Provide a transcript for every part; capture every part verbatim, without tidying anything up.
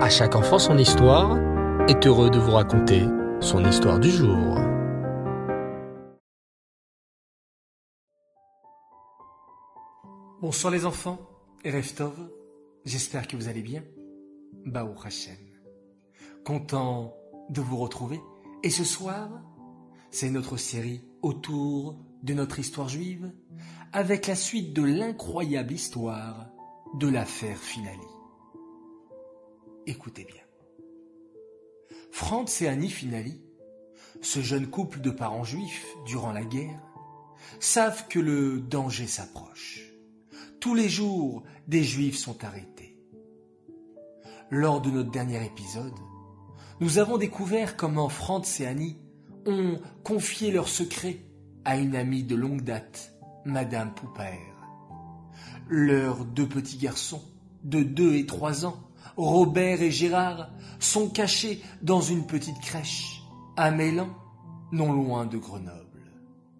À chaque enfant son histoire est heureux de vous raconter son histoire du jour. Bonsoir les enfants, Erev Tov, j'espère que vous allez bien. Baruch Hashem. Content de vous retrouver. Et ce soir, c'est notre série autour de notre histoire juive, avec la suite de l'incroyable histoire de l'affaire Finali. Écoutez bien. Franz et Annie Finali, ce jeune couple de parents juifs durant la guerre, savent que le danger s'approche. Tous les jours, des juifs sont arrêtés. Lors de notre dernier épisode, nous avons découvert comment Franz et Annie ont confié leur secret à une amie de longue date, Madame Poupaer. Leurs deux petits garçons, de deux et trois ans, Robert et Gérard, sont cachés dans une petite crèche, à Mélan, non loin de Grenoble.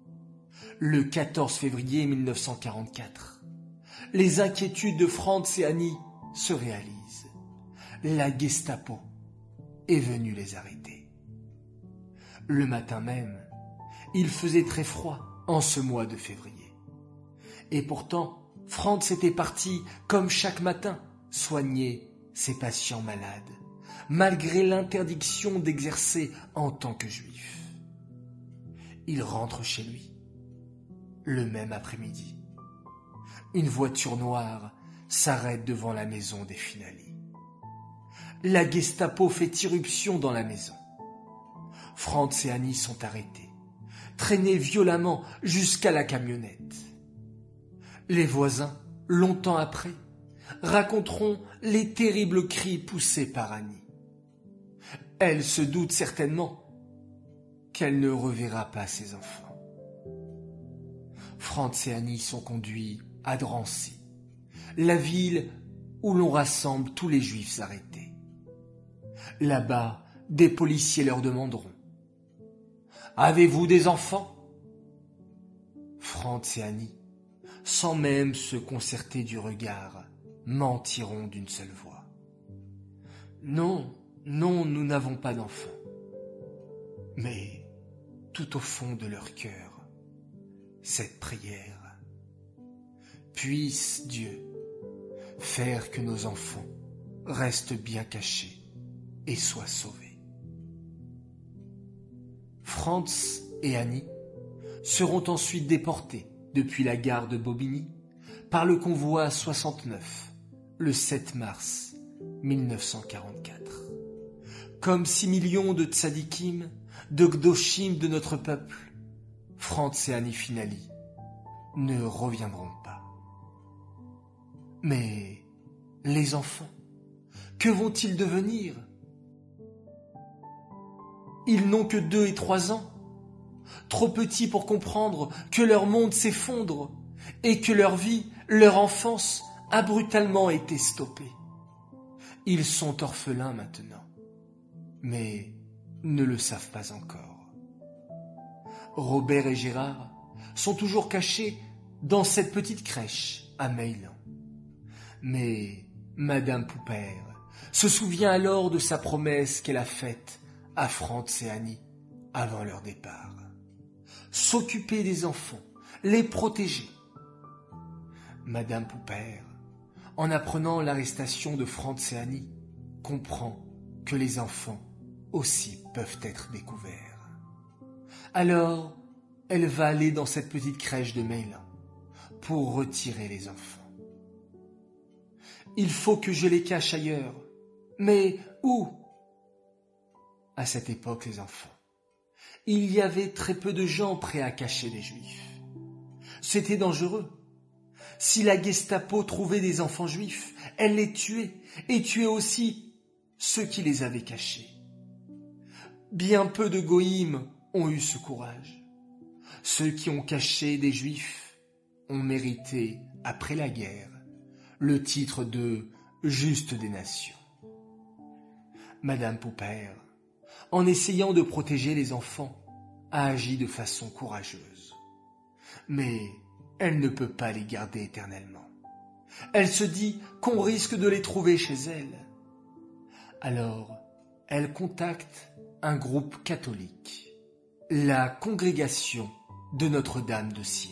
Le quatorze février mille neuf cent quarante-quatre, les inquiétudes de Franz et Annie se réalisent. La Gestapo est venue les arrêter. Le matin même, il faisait très froid en ce mois de février. Et pourtant, Franz était parti, comme chaque matin, soigner ses patients malades, malgré l'interdiction d'exercer en tant que juif. Il rentre chez lui, le même après-midi. Une voiture noire s'arrête devant la maison des Finali. La Gestapo fait irruption dans la maison. Franz et Annie sont arrêtés, traînés violemment jusqu'à la camionnette. Les voisins, longtemps après, raconteront les terribles cris poussés par Annie. Elle se doute certainement qu'elle ne reverra pas ses enfants. Franz et Annie sont conduits à Drancy, la ville où l'on rassemble tous les juifs arrêtés. Là-bas, des policiers leur demanderont « Avez-vous des enfants ?» Franz et Annie, sans même se concerter du regard, mentiront d'une seule voix. « Non, non, nous n'avons pas d'enfants. » Mais, tout au fond de leur cœur, cette prière. Puisse Dieu faire que nos enfants restent bien cachés et soient sauvés. Franz et Annie seront ensuite déportés depuis la gare de Bobigny par le convoi soixante-neuf, le sept mars mille neuf cent quarante-quatre. Comme six millions de tzadikim, de gdoshim de notre peuple, Franz et Annie Finali ne reviendront pas. Mais les enfants, que vont-ils devenir ? Ils n'ont que deux et trois ans, trop petits pour comprendre que leur monde s'effondre et que leur vie, leur enfance a brutalement été stoppée. Ils sont orphelins maintenant, mais ne le savent pas encore. Robert et Gérard sont toujours cachés dans cette petite crèche à Mélan. Mais Madame Poupaer se souvient alors de sa promesse qu'elle a faite à Franz et Annie avant leur départ. S'occuper des enfants, les protéger. Madame Poupaer, en apprenant l'arrestation de Franz et Annie, comprend que les enfants aussi peuvent être découverts. Alors, elle va aller dans cette petite crèche de Mélan pour retirer les enfants. Il faut que je les cache ailleurs. Mais où ? À cette époque, les enfants, il y avait très peu de gens prêts à cacher les Juifs. C'était dangereux. Si la Gestapo trouvait des enfants juifs, elle les tuait et tuait aussi ceux qui les avaient cachés. Bien peu de goïms ont eu ce courage. Ceux qui ont caché des Juifs ont mérité, après la guerre, le titre de « Juste des nations ». Madame Poupaer, en essayant de protéger les enfants, a agi de façon courageuse. Mais elle ne peut pas les garder éternellement. Elle se dit qu'on risque de les trouver chez elle. Alors, elle contacte un groupe catholique, la congrégation de Notre-Dame de Sion,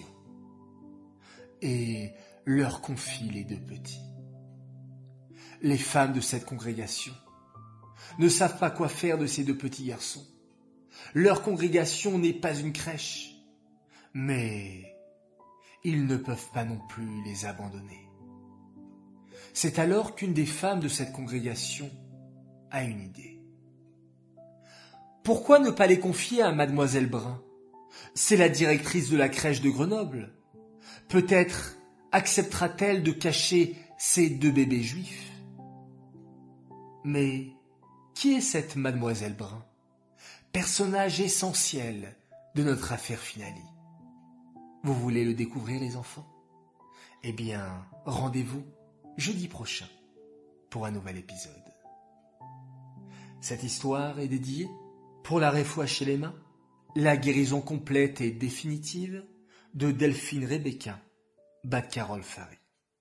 et leur confie les deux petits. Les femmes de cette congrégation ne savent pas quoi faire de ces deux petits garçons. Leur congrégation n'est pas une crèche, mais ils ne peuvent pas non plus les abandonner. C'est alors qu'une des femmes de cette congrégation a une idée. Pourquoi ne pas les confier à Mademoiselle Brun ? C'est la directrice de la crèche de Grenoble. Peut-être acceptera-t-elle de cacher ces deux bébés juifs. Mais qui est cette Mademoiselle Brun ? Personnage essentiel de notre affaire Finali. Vous voulez le découvrir, les enfants ? Eh bien, rendez-vous jeudi prochain pour un nouvel épisode. Cette histoire est dédiée pour la Refoua Shelema, la guérison complète et définitive de Delphine Rebecca, bat Carole Fari.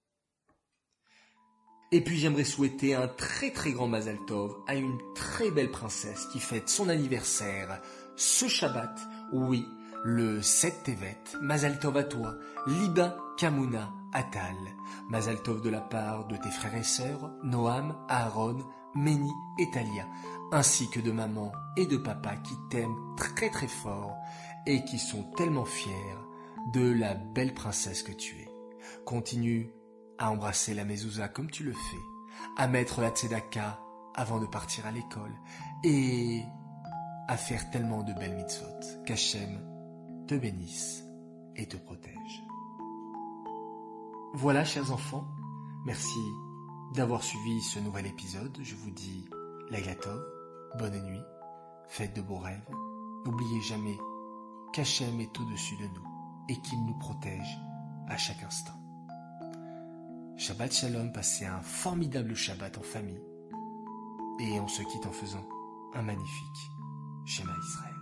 Et puis j'aimerais souhaiter un très très grand Mazal Tov à une très belle princesse qui fête son anniversaire ce Shabbat, oui, le sept Tevet. Mazal Tov à toi, Liba Kamuna Atal. Mazal Tov de la part de tes frères et sœurs, Noam, Aaron, Méni et Talia, ainsi que de maman et de papa qui t'aiment très très fort et qui sont tellement fiers de la belle princesse que tu es. Continue à embrasser la mezouza comme tu le fais, à mettre la tzedaka avant de partir à l'école et à faire tellement de belles mitzvot qu'Hachem te bénisse et te protège. Voilà, chers enfants, merci d'avoir suivi ce nouvel épisode. Je vous dis Laila Tov, bonne nuit, faites de beaux rêves. N'oubliez jamais qu'Hachem est au-dessus de nous et qu'il nous protège à chaque instant. Shabbat Shalom, passez un formidable Shabbat en famille et on se quitte en faisant un magnifique Shema Israël.